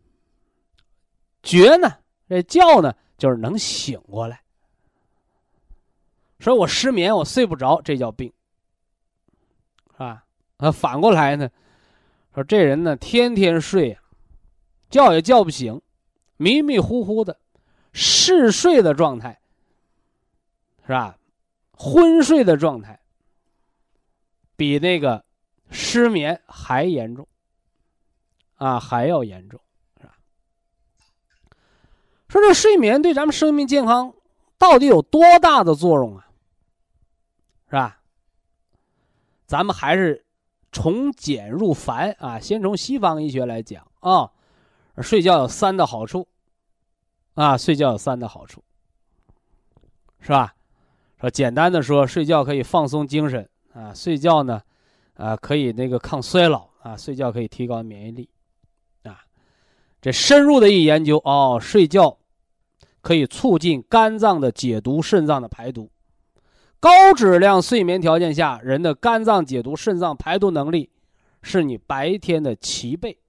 觉呢，这觉呢，就是能醒过来。说我失眠，我睡不着，这叫病，是吧？反过来呢，说这人呢，天天睡啊，觉也叫不醒，迷迷糊糊的，嗜睡的状态，是吧？昏睡的状态，比那个失眠还严重，啊，还要严重，是吧？说这睡眠对咱们生命健康到底有多大的作用啊？是吧？咱们还是从简入繁啊，先从西方医学来讲啊，睡觉有3的好处啊，睡觉有3的好处，是吧？说简单的说，睡觉可以放松精神啊，睡觉呢，可以那个抗衰老啊，睡觉可以提高免疫力啊。这深入的一研究哦，睡觉可以促进肝脏的解毒、肾脏的排毒。高质量睡眠条件下，人的肝脏解毒、肾脏排毒能力是你白天的7倍。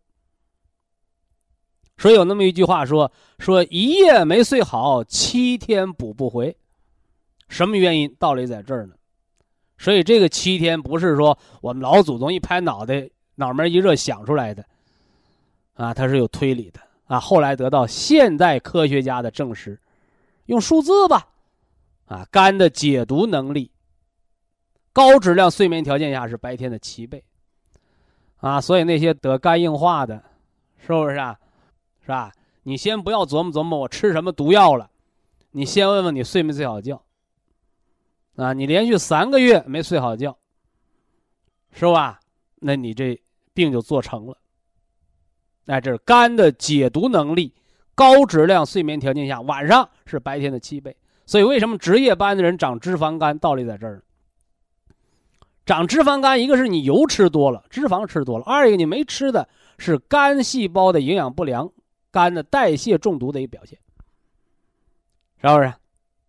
所以有那么一句话说一夜没睡好，7天补不回。什么原因？道理在这儿呢。所以这个7天不是说我们老祖宗一拍脑袋，脑门一热想出来的啊，它是有推理的啊。后来得到现代科学家的证实，用数字吧。啊，肝的解毒能力，高质量睡眠条件下是白天的7倍，啊，所以那些得肝硬化的，是不是啊？是吧？你先不要琢磨琢磨我吃什么毒药了，你先问问你睡没睡好觉，啊，你连续3个月没睡好觉，是吧？那你这病就做成了。哎，这是肝的解毒能力，高质量睡眠条件下晚上是白天的7倍。所以为什么值夜班的人长脂肪肝？道理在这儿。长脂肪肝，一个是你油吃多了，脂肪吃多了；二一个你没吃的是肝细胞的营养不良，肝的代谢中毒的一个表现，是不是？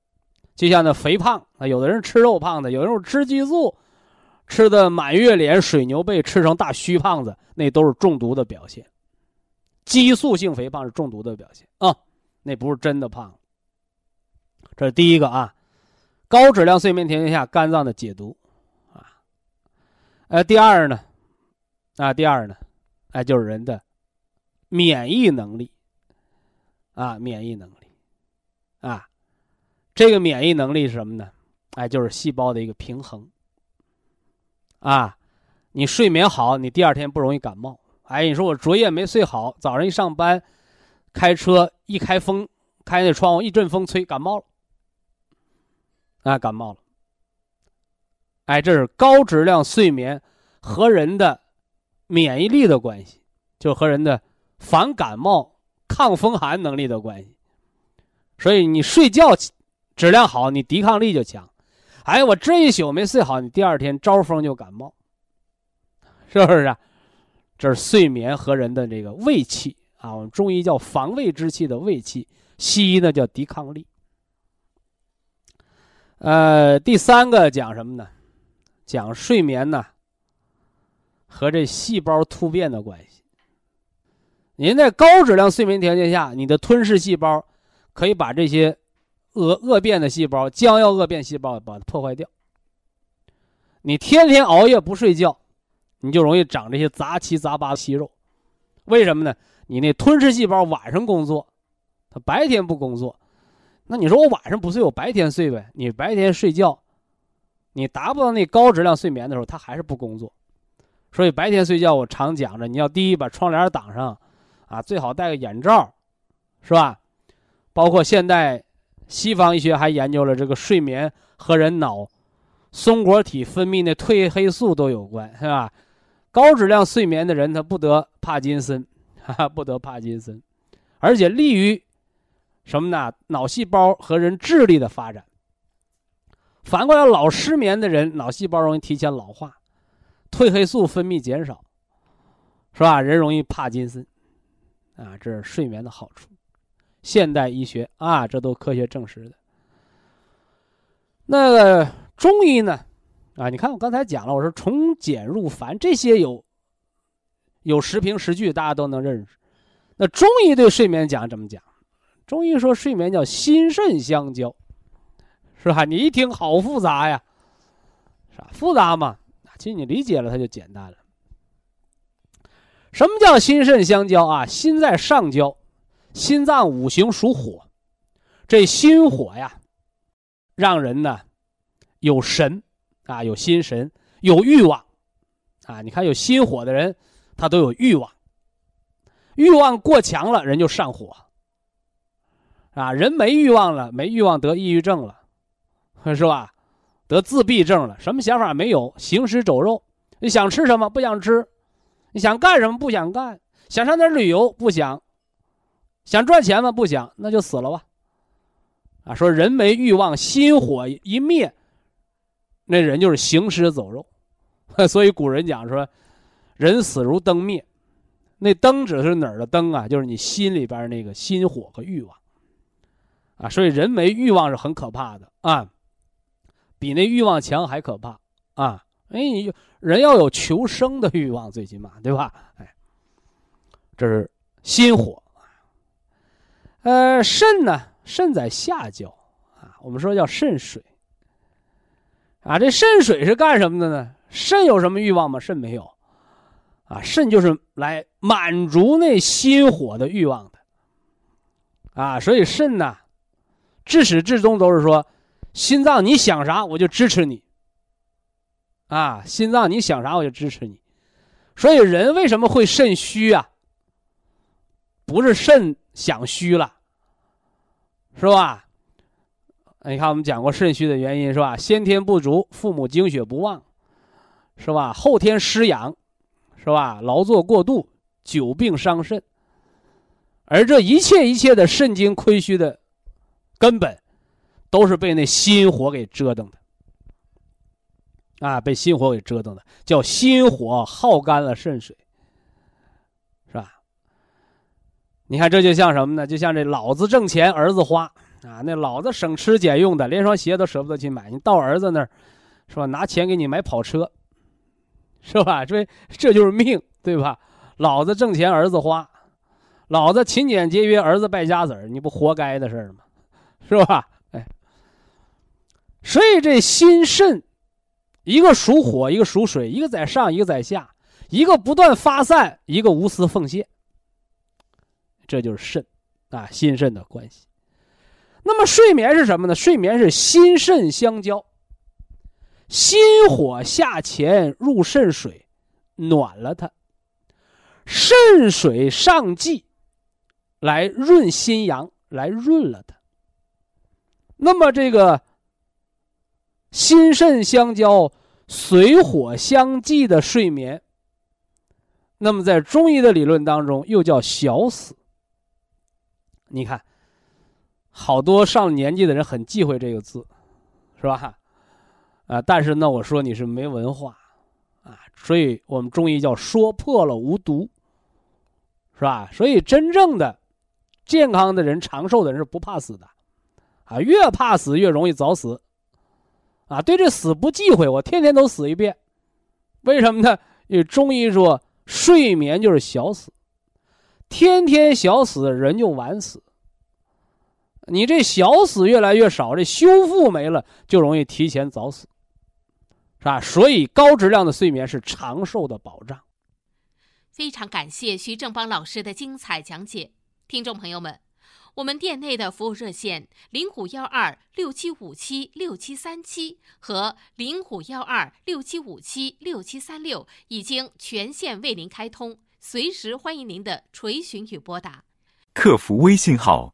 就像那肥胖啊，有的人吃肉胖的，有的人吃激素，吃的满月脸、水牛背，吃成大虚胖子，那都是中毒的表现。激素性肥胖是中毒的表现啊，那不是真的胖。这是第一个啊，高质量睡眠条件下肝脏的解毒啊。第二呢，就是人的免疫能力啊，免疫能力啊，这个免疫能力是什么呢？就是细胞的一个平衡啊。你睡眠好，你第二天不容易感冒。你说我昨夜没睡好，早上一上班，开车一开风，开那窗户一阵风吹，感冒了感冒了。这是高质量睡眠和人的免疫力的关系，就和人的防感冒、抗风寒能力的关系。所以你睡觉质量好，你抵抗力就强。我这一宿没睡好，你第二天招风就感冒，是不是啊？这是睡眠和人的这个胃气啊，我们中医叫防卫之气的胃气，西医呢叫抵抗力。第三个讲什么呢？讲睡眠呢和这细胞突变的关系。您在高质量睡眠条件下，你的吞噬细胞可以把这些恶变的细胞、将要恶变细胞把它破坏掉。你天天熬夜不睡觉，你就容易长这些杂七杂八的息肉。为什么呢？你那吞噬细胞晚上工作，它白天不工作。那你说我晚上不睡，我白天睡呗？你白天睡觉，你达不到那高质量睡眠的时候，它还是不工作。所以白天睡觉，我常讲着，你要第一把窗帘挡上啊，最好戴个眼罩，是吧？包括现代西方医学还研究了这个睡眠和人脑松果体分泌的褪黑素都有关，是吧？高质量睡眠的人他不得帕金森，不得帕金森，而且利于什么呢？脑细胞和人智力的发展。反过来，老失眠的人脑细胞容易提前老化，褪黑素分泌减少，是吧？人容易帕金森啊，这是睡眠的好处。现代医学啊，这都科学证实的。那个中医呢？你看我刚才讲了，我说从简入繁，这些有实凭实据，大家都能认识。那中医对睡眠讲怎么讲？中医说睡眠叫心肾相交，是吧？你一听好复杂呀，是吧？复杂嘛，其实你理解了它就简单了。什么叫心肾相交啊？心在上焦，心脏五行属火，这心火呀，让人呢有神啊，有心神，有欲望啊。你看有心火的人，他都有欲望，欲望过强了，人就上火啊。人没欲望了，没欲望得抑郁症了，是吧？得自闭症了，什么想法没有，行尸走肉。你想吃什么不想吃，你想干什么不想干，想上哪旅游不想，想赚钱吗不想，那就死了吧。说人没欲望，心火一灭，那人就是行尸走肉。所以古人讲说，人死如灯灭。那灯指的是哪儿的灯啊？就是你心里边那个心火和欲望啊。所以人没欲望是很可怕的啊，比那欲望强还可怕啊。你人要有求生的欲望，最起码对吧？这是心火。肾呢？肾在下焦啊，我们说叫肾水啊。这肾水是干什么的呢？肾有什么欲望吗？肾没有啊。肾就是来满足那心火的欲望的啊。所以肾呢，至始至终都是说，心脏你想啥我就支持你啊，心脏你想啥我就支持你。所以人为什么会肾虚啊？不是肾想虚了，是吧？你看我们讲过肾虚的原因，是吧？先天不足，父母精血不旺，是吧？后天失养，是吧？劳作过度，久病伤肾。而这一切的肾精亏虚的根本，都是被那心火给折腾的啊，被心火给折腾的，叫心火耗干了肾水，是吧？你看这就像什么呢？就像这老子挣钱儿子花啊，那老子省吃俭用的，连双鞋都舍不得去买，你到儿子那儿，是吧？拿钱给你买跑车，是吧？这就是命，对吧？老子挣钱，儿子花；老子勤俭节约，儿子败家子儿，你不活该的事儿吗？是吧？哎，所以这心肾，一个属火，一个属水，一个在上，一个在下，一个不断发散，一个无私奉献，这就是肾啊，心肾的关系。那么睡眠是什么呢？睡眠是心肾相交，心火下潜入肾水，暖了它，肾水上济，来润心阳，来润了它。那么这个心肾相交、水火相济的睡眠，那么在中医的理论当中又叫小死。你看，好多上了年纪的人很忌讳这个字，是吧？但是呢，我说你是没文化啊，所以我们中医叫说破了无毒，是吧？所以真正的健康的人、长寿的人是不怕死的，啊，越怕死越容易早死，啊，对这死不忌讳，我天天都死一遍，为什么呢？因为中医说睡眠就是小死，天天小死人就晚死。你这小死越来越少，这修复没了，就容易提前早死，是吧？所以高质量的睡眠是长寿的保障。 非常感谢徐正邦老师的精彩讲解。听众朋友们，我们店内的服务热线051267576737和051267576736已经全线为您开通，随时欢迎您的垂询与拨打。 客服微信号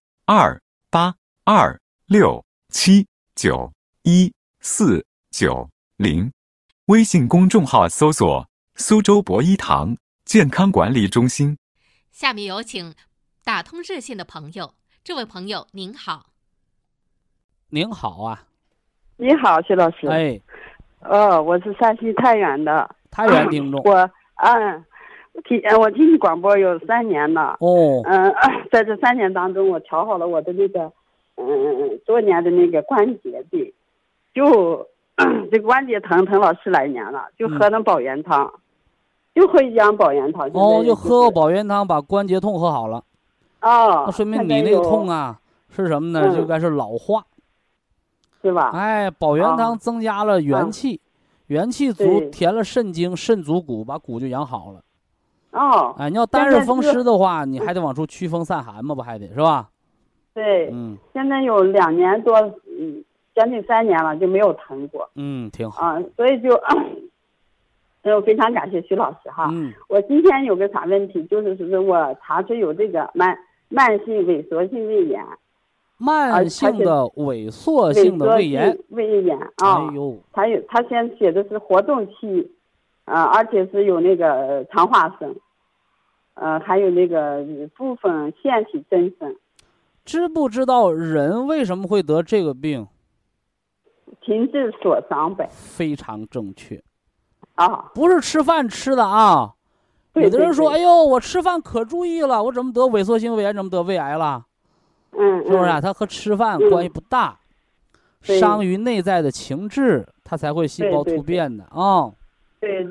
2826791490，微信公众号搜索苏州博医堂健康管理中心。 下面有请打通热线的朋友。这位朋友您好。 您好啊。 你好，徐老师。 哎， 我是山西太原的。 太原听众。 我听你广播有3年了。 哦。 在这3年当中，我调好了我的那个多年的那个关节病，就这个关节疼了10来年了，就喝那保元汤，就喝一样保元汤。 就喝个保元汤把关节痛喝好了。那说明你那个痛啊是什么呢？就该是老化， 是吧？ 哎，保元汤增加了元气，元气足，填了肾精，肾足骨，把骨就养好了。哎，你要单是风湿的话，你还得往出驱风散寒嘛，不还得是吧？ 对，现在有2年多，将近3年了，就没有疼过。 挺好。 所以就我非常感谢徐老师哈。我今天有个啥问题，就是我查出有这个慢性萎缩性胃炎。 慢性的萎缩性的胃炎。 胃炎啊。哎呦。他先写的是活动期，而且是有那个肠化生，还有那个部分腺体增生。 知不知道人为什么会得这个病？ 停滞所伤呗。 非常正确。 不是吃饭吃的啊。有的人说，哎呦，我吃饭可注意了，我怎么得萎缩性胃炎，怎么得胃癌了？是不是啊？它和吃饭关系不大，伤于内在的情志，它才会细胞突变的啊。 对。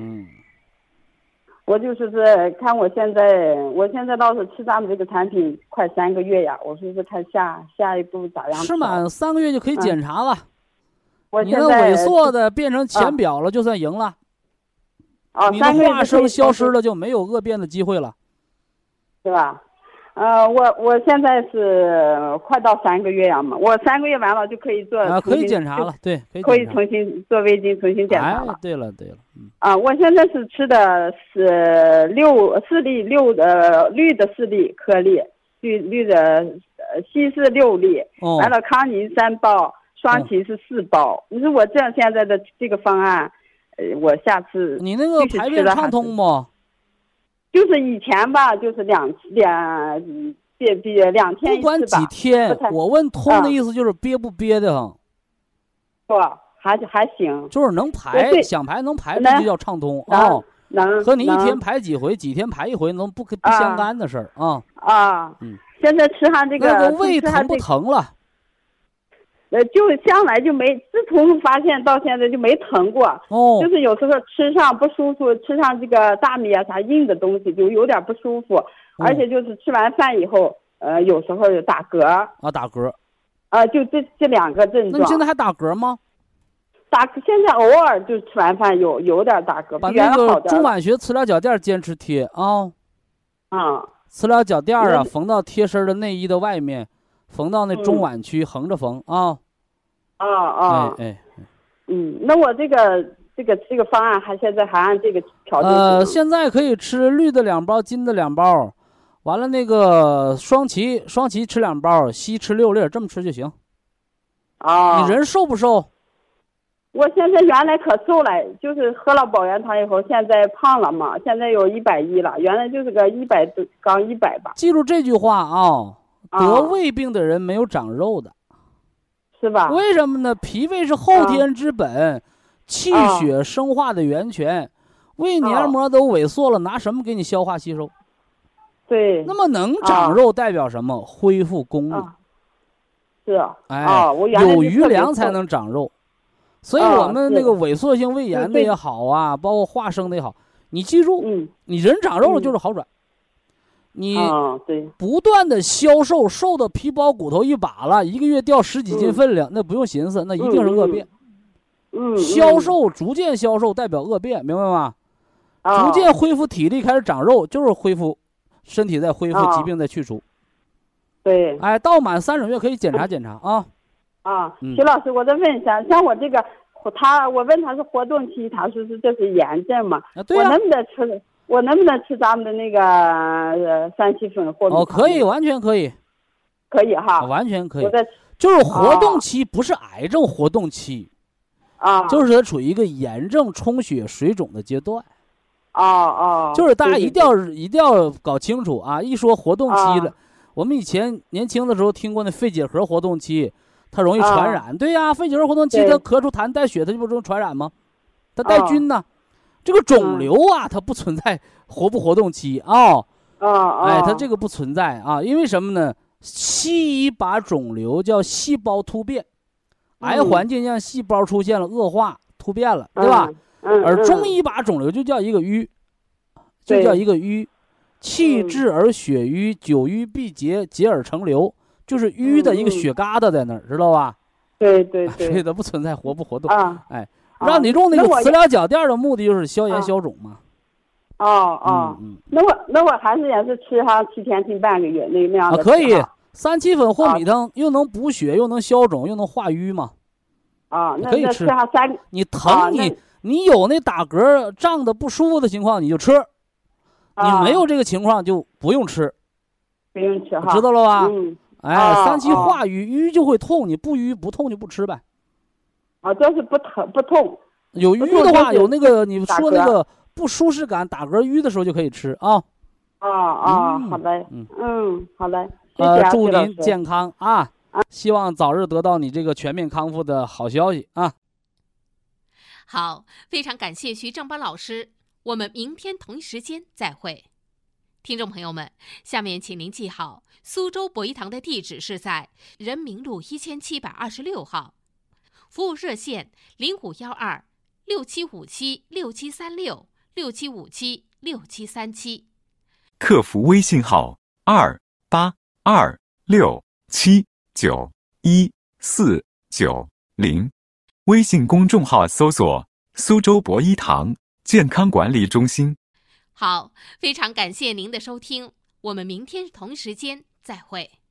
我就是看我现在倒是吃咱们这个产品快3个月呀，我说是看下一步咋样。 吃满3个月就可以检查了。你的萎缩的变成浅表了，就算赢了。你的化生消失了，就没有恶变的机会了， 是吧？我现在是快到3个月呀嘛，我3个月完了就可以做可以检查了，对， 可以重新做胃镜，重新检查了。 哎，对了， 我现在是吃的是4粒绿的4粒颗粒，绿的稀释6粒，完了康宁3包，双歧是4包。你说我这样现在的这个方案，我下次你那个排便畅通不？ 就是以前吧，就是2天一次吧。 不管几天，我问通的意思就是憋不憋的慌。 不，还行。 就是能排，想排能排，这就叫畅通啊。和你一天排几回，几天排一回，不相干的事儿啊。 现在吃上这个胃疼不疼了？ 就向来就没，自从发现到现在就没疼过。 哦， 就是有时候吃上不舒服，吃上这个大米啊啥硬的东西就有点不舒服，而且就是吃完饭以后，有时候有打嗝。 啊，打嗝。 就这两个症状。 那你现在还打嗝吗？ 现在偶尔就吃完饭有点打嗝， 把那个中脘穴磁疗脚垫坚持贴啊。磁疗脚垫啊，缝到贴身的内衣的外面，缝到那中脘区，横着缝啊。 那我这个方案现在还按这个条件。 现在可以吃绿的2包，金的2包，完了那个双歧吃2包，硒吃6粒，这么吃就行。你人瘦不瘦？ 我现在原来可瘦了，就是喝了保元汤以后，现在胖了嘛，现在有110了，原来就是个100刚100吧。 记住这句话啊，得胃病的人没有长肉的， 是吧？ 为什么呢？脾胃是后天之本，气血生化的源泉，胃黏膜都萎缩了，拿什么给你消化吸收？ 对。 那么能长肉代表什么？恢复功力。 是。 我原来有余粮才能长肉。所以我们那个萎缩性胃炎的也好啊，包括化生的也好，你记住，你人长肉了就是好转。你不断的消瘦，瘦的皮包骨头一把了，1个月掉10几斤分量，那不用寻思，那一定是恶变。消瘦，逐渐消瘦代表恶变，明白吗？逐渐恢复体力，开始长肉，就是恢复身体在恢复，疾病在去除。 对。 到满3种月可以检查检查啊。 徐老师，我再问一下，像我这个我问他是活动期，他说是这是炎症嘛？ 对啊。 我能不能吃咱们的那个3七粉活动？ 可以，完全可以。 可以哈。 完全可以。就是活动期，不是癌症活动期。就是它处于一个炎症、充血、水肿的阶段。就是大家一定要搞清楚啊！一说活动期了，我们以前年轻的时候听过那肺结核活动期。它容易传染，对呀，肺结核活动期它咳出痰带血，它就不容易传染吗？它带菌呢。这个肿瘤啊，它不存在活不活动期它这个不存在啊，因为什么呢？西医把肿瘤叫细胞突变，癌环境让细胞出现了恶化突变了，对吧？而中医把肿瘤就叫一个瘀，气滞而血瘀，久瘀必结，结而成瘤。就是瘀的一个血疙瘩在那儿，知道吧？ 对。 所以它不存在活不活动。让你用那个磁疗脚垫的目的就是消炎消肿嘛。 那我还是也是吃上7天停半个月那样的。 可以，3七粉和米汤又能补血，又能消肿，又能化瘀嘛。可以吃。你疼你有那打嗝胀的不舒服的情况你就吃，你没有这个情况就不用吃。 不用吃哈。 知道了吧？3七化瘀，瘀就会痛，你不瘀不痛就不吃呗。 就是不疼不痛。 有瘀的话，有那个你说那个不舒适感、打嗝瘀的时候就可以吃啊。 好嘞。好嘞。谢谢祝您健康啊！希望早日得到你这个全面康复的好消息啊！ 好，非常感谢徐正邦老师，我们明天同一时间再会。听众朋友们，下面请您记好，苏州博医堂的地址是在人民路1726号，服务热线0512675736736675763737。 客服微信号28267914990，微信公众号搜索苏州博医堂健康管理中心。 好，非常感谢您的收听，我们明天同时间再会。